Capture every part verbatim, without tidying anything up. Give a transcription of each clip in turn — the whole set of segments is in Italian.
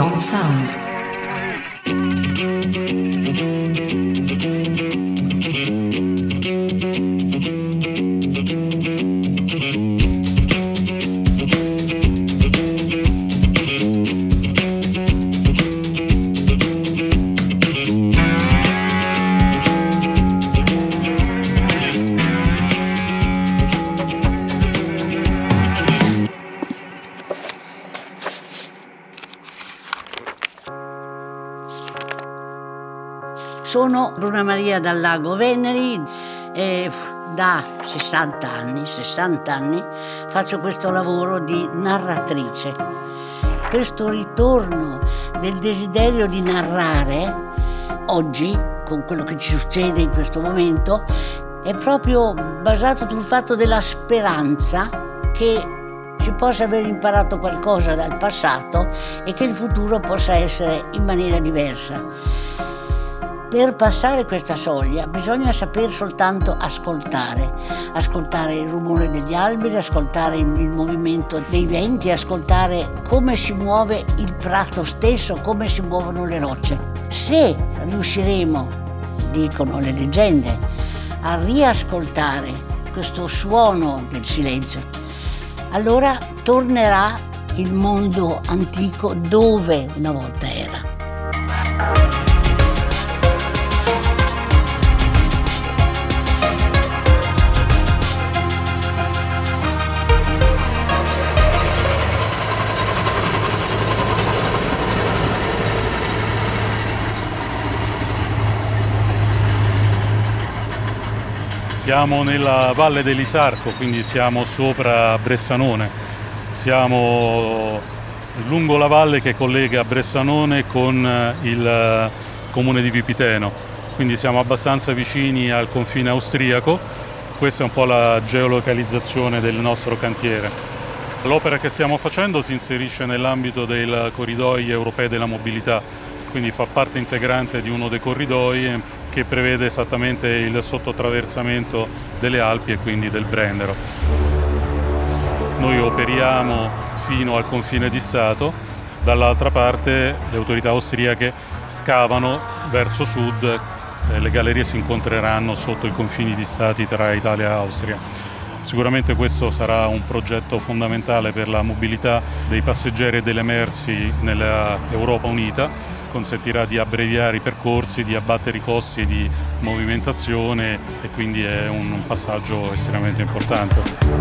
Surround sound. Sono Bruna Maria dal Lago Veneri e da sessanta anni, sessanta anni faccio questo lavoro di narratrice. Questo ritorno del desiderio di narrare oggi, con quello che ci succede in questo momento, è proprio basato sul fatto della speranza che si possa aver imparato qualcosa dal passato e che il futuro possa essere in maniera diversa. Per passare questa soglia bisogna saper soltanto ascoltare, ascoltare il rumore degli alberi, ascoltare il, il movimento dei venti, ascoltare come si muove il prato stesso, come si muovono le rocce. Se riusciremo, dicono le leggende, a riascoltare questo suono del silenzio, allora tornerà il mondo antico dove una volta era. Siamo nella Valle dell'Isarco, quindi siamo sopra Bressanone. Siamo lungo la valle che collega Bressanone con il comune di Vipiteno, quindi siamo abbastanza vicini al confine austriaco. Questa è un po' la geolocalizzazione del nostro cantiere. L'opera che stiamo facendo si inserisce nell'ambito dei corridoi europei della mobilità, quindi fa parte integrante di uno dei corridoi che prevede esattamente il sottotraversamento delle Alpi e quindi del Brennero. Noi operiamo fino al confine di Stato, dall'altra parte le autorità austriache scavano verso sud, eh, le gallerie si incontreranno sotto i confini di Stati tra Italia e Austria. Sicuramente questo sarà un progetto fondamentale per la mobilità dei passeggeri e delle merci nell'Europa unita, consentirà di abbreviare i percorsi, di abbattere i costi di movimentazione e quindi è un passaggio estremamente importante.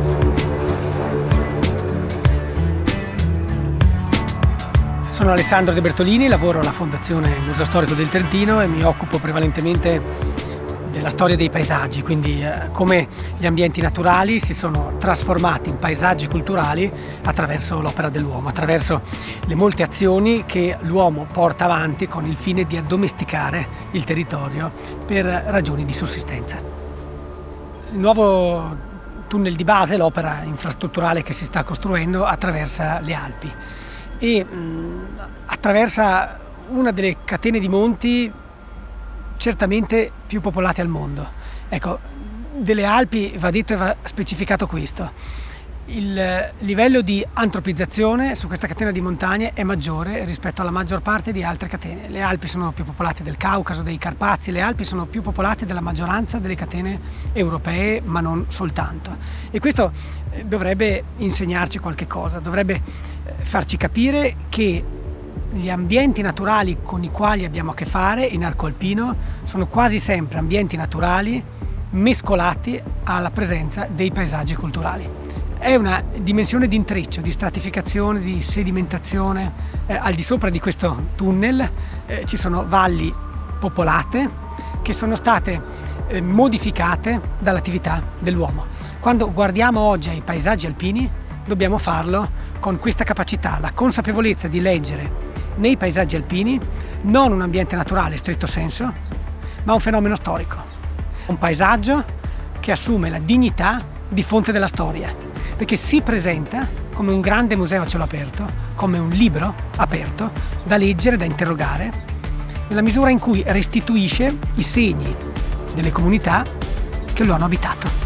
Sono Alessandro De Bertolini, lavoro alla Fondazione Museo Storico del Trentino e mi occupo prevalentemente della storia dei paesaggi, quindi eh, come gli ambienti naturali si sono trasformati in paesaggi culturali attraverso l'opera dell'uomo, attraverso le molte azioni che l'uomo porta avanti con il fine di addomesticare il territorio per ragioni di sussistenza. Il nuovo tunnel di base, l'opera infrastrutturale che si sta costruendo, attraversa le Alpi e mh, attraversa una delle catene di monti certamente più popolate al mondo. Ecco, delle Alpi va detto e va specificato questo: il livello di antropizzazione su questa catena di montagne è maggiore rispetto alla maggior parte di altre catene. Le Alpi sono più popolate del Caucaso, dei Carpazi, le Alpi sono più popolate della maggioranza delle catene europee, ma non soltanto. E questo dovrebbe insegnarci qualche cosa, dovrebbe farci capire che gli ambienti naturali con i quali abbiamo a che fare in arco alpino sono quasi sempre ambienti naturali mescolati alla presenza dei paesaggi culturali. È una dimensione di intreccio, di stratificazione, di sedimentazione. Eh, al di sopra di questo tunnel eh, ci sono valli popolate che sono state eh, modificate dall'attività dell'uomo. Quando guardiamo oggi ai paesaggi alpini dobbiamo farlo con questa capacità, la consapevolezza di leggere nei paesaggi alpini non un ambiente naturale stretto senso, ma un fenomeno storico. Un paesaggio che assume la dignità di fonte della storia, perché si presenta come un grande museo a cielo aperto, come un libro aperto da leggere, da interrogare, nella misura in cui restituisce i segni delle comunità che lo hanno abitato.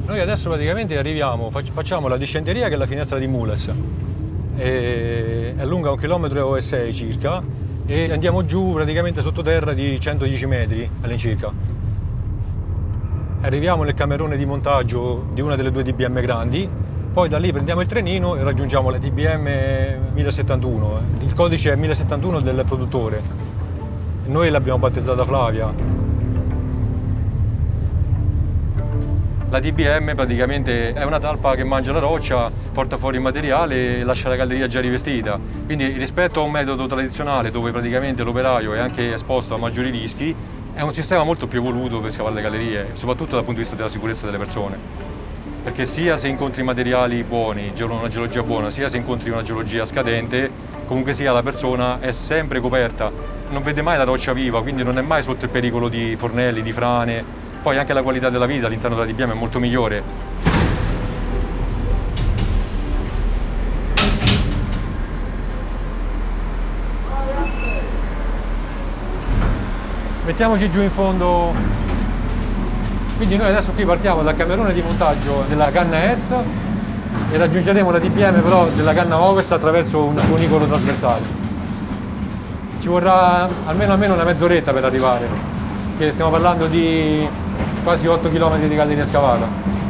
Noi adesso praticamente arriviamo, facciamo la discenderia che è la finestra di Mules, è lunga un chilometro e sei circa, e andiamo giù praticamente sottoterra di centodieci metri all'incirca. Arriviamo nel camerone di montaggio di una delle due D B M grandi, poi da lì prendiamo il trenino e raggiungiamo la D B M mille settantuno. Il codice è mille settantuno del produttore. Noi l'abbiamo battezzata Flavia. La D B M praticamente è una talpa che mangia la roccia, porta fuori il materiale e lascia la galleria già rivestita. Quindi rispetto a un metodo tradizionale dove praticamente l'operaio è anche esposto a maggiori rischi, è un sistema molto più evoluto per scavare le gallerie, soprattutto dal punto di vista della sicurezza delle persone. Perché sia se incontri materiali buoni, una geologia buona, sia se incontri una geologia scadente, comunque sia la persona è sempre coperta, non vede mai la roccia viva, quindi non è mai sotto il pericolo di fornelli, di frane. Poi anche la qualità della vita all'interno della D B M è molto migliore. Mettiamoci giù in fondo. Quindi noi adesso qui partiamo dal camerone di montaggio della canna est e raggiungeremo la D B M però della canna ovest attraverso un cunicolo trasversale. Ci vorrà almeno, almeno una mezz'oretta per arrivare, perché stiamo parlando di quasi otto chilometri di galleria scavata.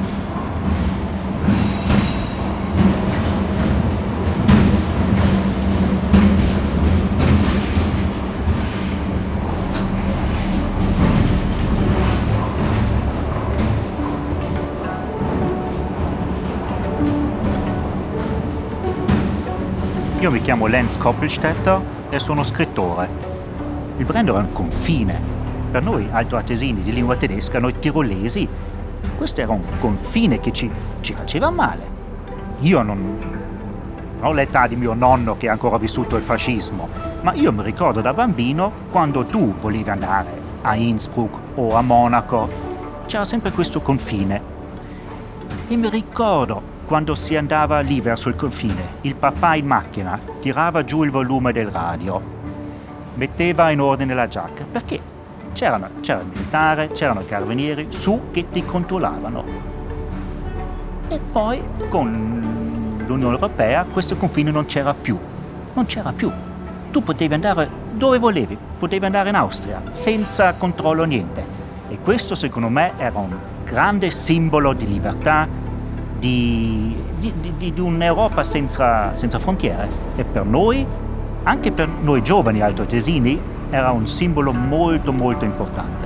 Io mi chiamo Lenz Koppelstetter e sono scrittore. Il Brennero è un confine. Per noi altoatesini di lingua tedesca, noi tirolesi, questo era un confine che ci, ci faceva male. Io non, non ho l'età di mio nonno che ha ancora vissuto il fascismo, ma io mi ricordo da bambino quando tu volevi andare a Innsbruck o a Monaco, c'era sempre questo confine. E mi ricordo quando si andava lì verso il confine, il papà in macchina tirava giù il volume del radio, metteva in ordine la giacca, perché C'erano, c'era il militare, c'erano i carabinieri su che ti controllavano. E poi con l'Unione Europea questo confine non c'era più. Non c'era più. Tu potevi andare dove volevi, potevi andare in Austria, senza controllo niente. E questo secondo me era un grande simbolo di libertà, di, di, di, di un'Europa senza, senza frontiere. E per noi, anche per noi giovani altoatesini, era un simbolo molto molto importante.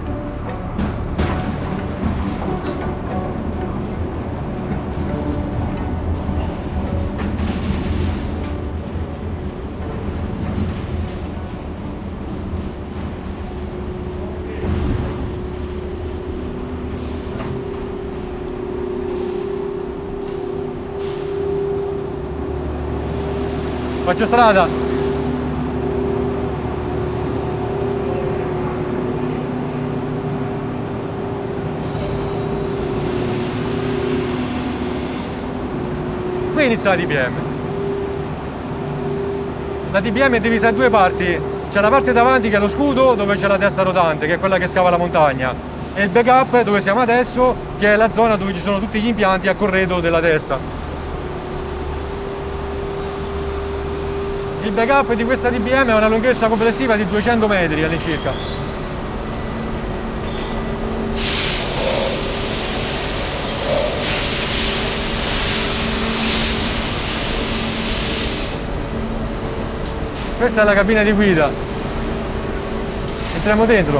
Faccio strada! Qui inizia la D B M. La D B M è divisa in due parti. C'è la parte davanti che è lo scudo, dove c'è la testa rotante, che è quella che scava la montagna, e il backup, dove siamo adesso, che è la zona dove ci sono tutti gli impianti a corredo della testa. Il backup di questa D B M ha una lunghezza complessiva di duecento metri all'incirca. Questa è la cabina di guida. Entriamo dentro.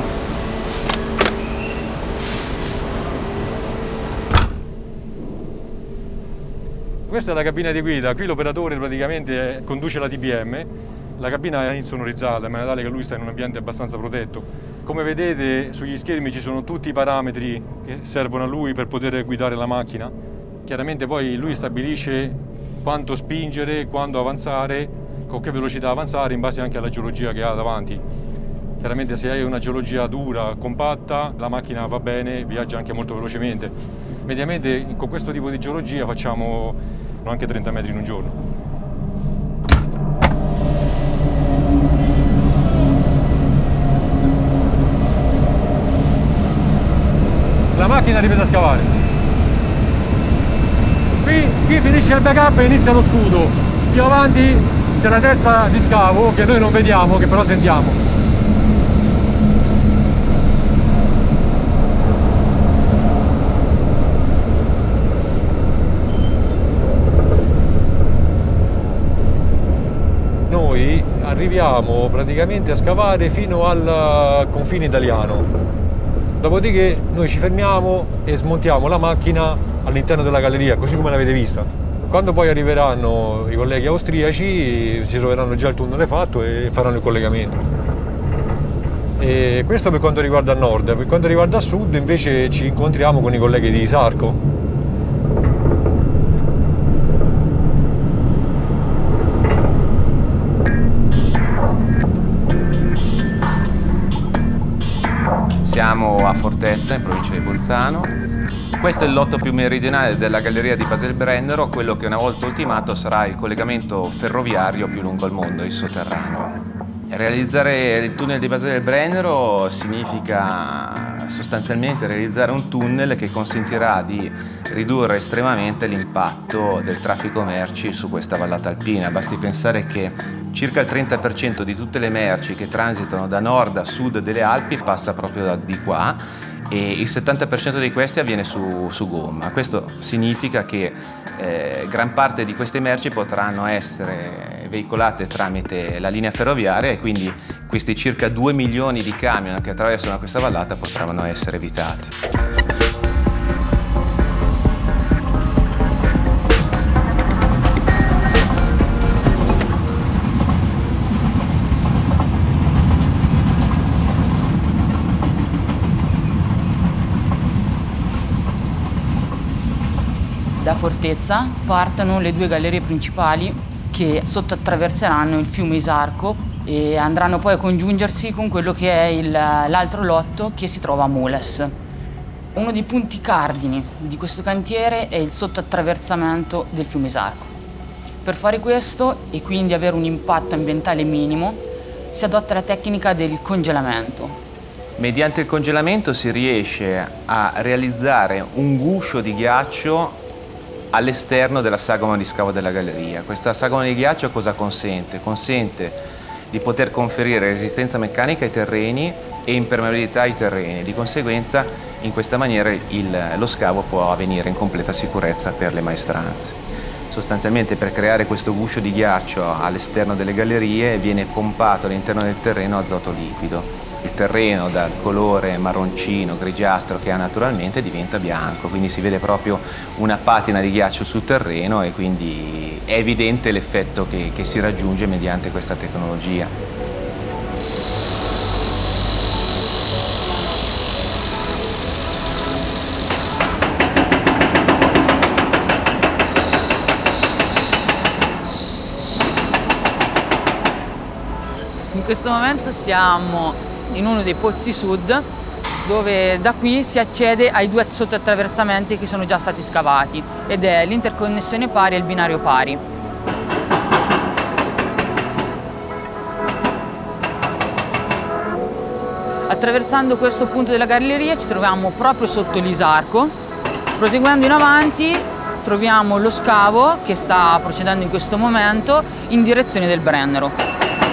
Questa è la cabina di guida. Qui l'operatore praticamente conduce la D B M. La cabina è insonorizzata in maniera tale che lui sta in un ambiente abbastanza protetto. Come vedete sugli schermi ci sono tutti i parametri che servono a lui per poter guidare la macchina. Chiaramente poi lui stabilisce quanto spingere, quando avanzare, con che velocità avanzare in base anche alla geologia che ha davanti. Chiaramente se hai una geologia dura, compatta, la macchina va bene, viaggia anche molto velocemente. Mediamente con questo tipo di geologia facciamo anche trenta metri in un giorno. La macchina è ripresa a scavare. Qui finisce il backup e inizia lo scudo. Più avanti c'è la testa di scavo che noi non vediamo, che però sentiamo. Noi arriviamo praticamente a scavare fino al confine italiano, dopodiché noi ci fermiamo e smontiamo la macchina all'interno della galleria, così come l'avete vista. Quando poi arriveranno i colleghi austriaci si troveranno già il tunnel fatto e faranno il collegamento. E questo per quanto riguarda il nord. Per quanto riguarda il sud invece ci incontriamo con i colleghi di Isarco. Siamo a Fortezza, in provincia di Bolzano. Questo è il lotto più meridionale della galleria di Baselbrennero, quello che una volta ultimato sarà il collegamento ferroviario più lungo al mondo, il sotterraneo. Realizzare il tunnel di Baselbrennero significa sostanzialmente realizzare un tunnel che consentirà di ridurre estremamente l'impatto del traffico merci su questa vallata alpina. Basti pensare che circa il trenta per cento di tutte le merci che transitano da nord a sud delle Alpi passa proprio da di qua e il settanta per cento di questi avviene su, su gomma. Questo significa che eh, gran parte di queste merci potranno essere veicolate tramite la linea ferroviaria e quindi questi circa due milioni di camion che attraversano questa vallata potranno essere evitati. Da Fortezza partono le due gallerie principali che sottoattraverseranno il fiume Isarco e andranno poi a congiungersi con quello che è il, l'altro lotto che si trova a Moles. Uno dei punti cardini di questo cantiere è il sottoattraversamento del fiume Isarco. Per fare questo e quindi avere un impatto ambientale minimo si adotta la tecnica del congelamento. Mediante il congelamento si riesce a realizzare un guscio di ghiaccio all'esterno della sagoma di scavo della galleria. Questa sagoma di ghiaccio cosa consente? Consente di poter conferire resistenza meccanica ai terreni e impermeabilità ai terreni. Di conseguenza, in questa maniera il, lo scavo può avvenire in completa sicurezza per le maestranze. Sostanzialmente per creare questo guscio di ghiaccio all'esterno delle gallerie viene pompato all'interno del terreno azoto liquido. Il terreno dal colore marroncino, grigiastro che ha naturalmente diventa bianco, quindi si vede proprio una patina di ghiaccio sul terreno e quindi è evidente l'effetto che, che si raggiunge mediante questa tecnologia. In questo momento siamo in uno dei pozzi sud, dove da qui si accede ai due sottoattraversamenti che sono già stati scavati ed è l'interconnessione pari e il binario pari. Attraversando questo punto della galleria ci troviamo proprio sotto l'Isarco. Proseguendo in avanti troviamo lo scavo che sta procedendo in questo momento in direzione del Brennero.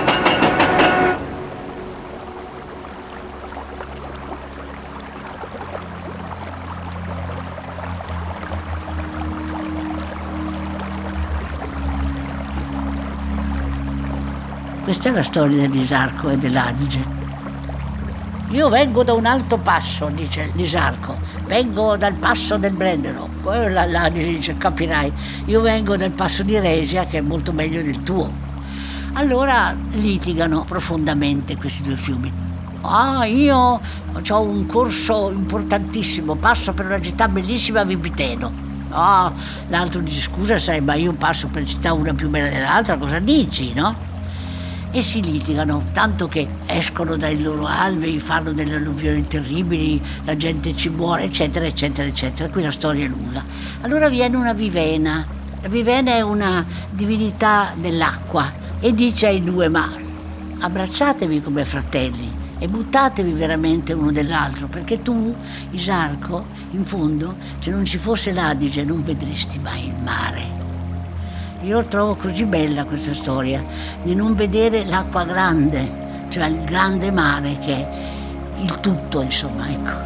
Questa è la storia dell'Isarco e dell'Adige. Io vengo da un alto passo, dice l'Isarco, vengo dal passo del Brennero. Poi l'Adige dice, capirai, io vengo dal passo di Resia che è molto meglio del tuo. Allora litigano profondamente questi due fiumi. Ah, io ho un corso importantissimo, passo per una città bellissima, Vipiteno. Ah, l'altro dice, scusa sai, ma io passo per città una più bella dell'altra, cosa dici, no? E si litigano, tanto che escono dai loro alvei, fanno delle alluvioni terribili, la gente ci muore, eccetera, eccetera, eccetera. Qui la storia è lunga. Allora viene una Vivena. La Vivena è una divinità dell'acqua e dice ai due, ma abbracciatevi come fratelli. e buttatevi veramente uno dell'altro, perché tu, Isarco, in fondo, se non ci fosse l'Adige non vedresti mai il mare. Io trovo così bella questa storia di non vedere l'acqua grande, cioè il grande mare che è il tutto, insomma, ecco.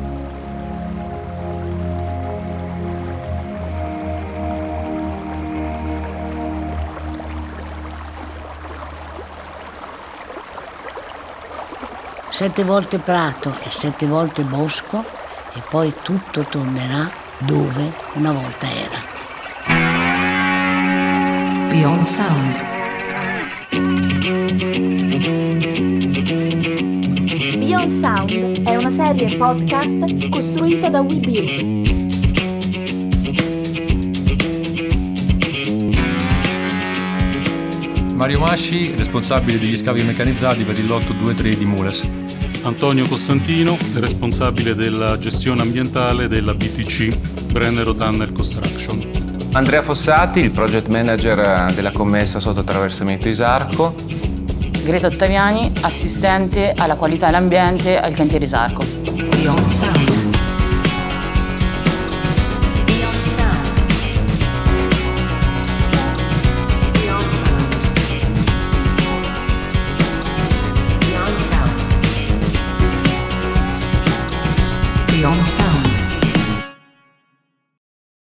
Sette volte prato e sette volte bosco e poi tutto tornerà dove una volta era. Beyond Sound. Beyond Sound è una serie podcast costruita da WeBuild. Mario Masci, responsabile degli scavi meccanizzati per il lotto due tre di Mules. Antonio Costantino, responsabile della gestione ambientale della B T C, Brennero Tunnel Construction. Andrea Fossati, il project manager della commessa sotto attraversamento Isarco. Greta Ottaviani, assistente alla qualità e all'ambiente al cantiere Isarco. Beyond Sound.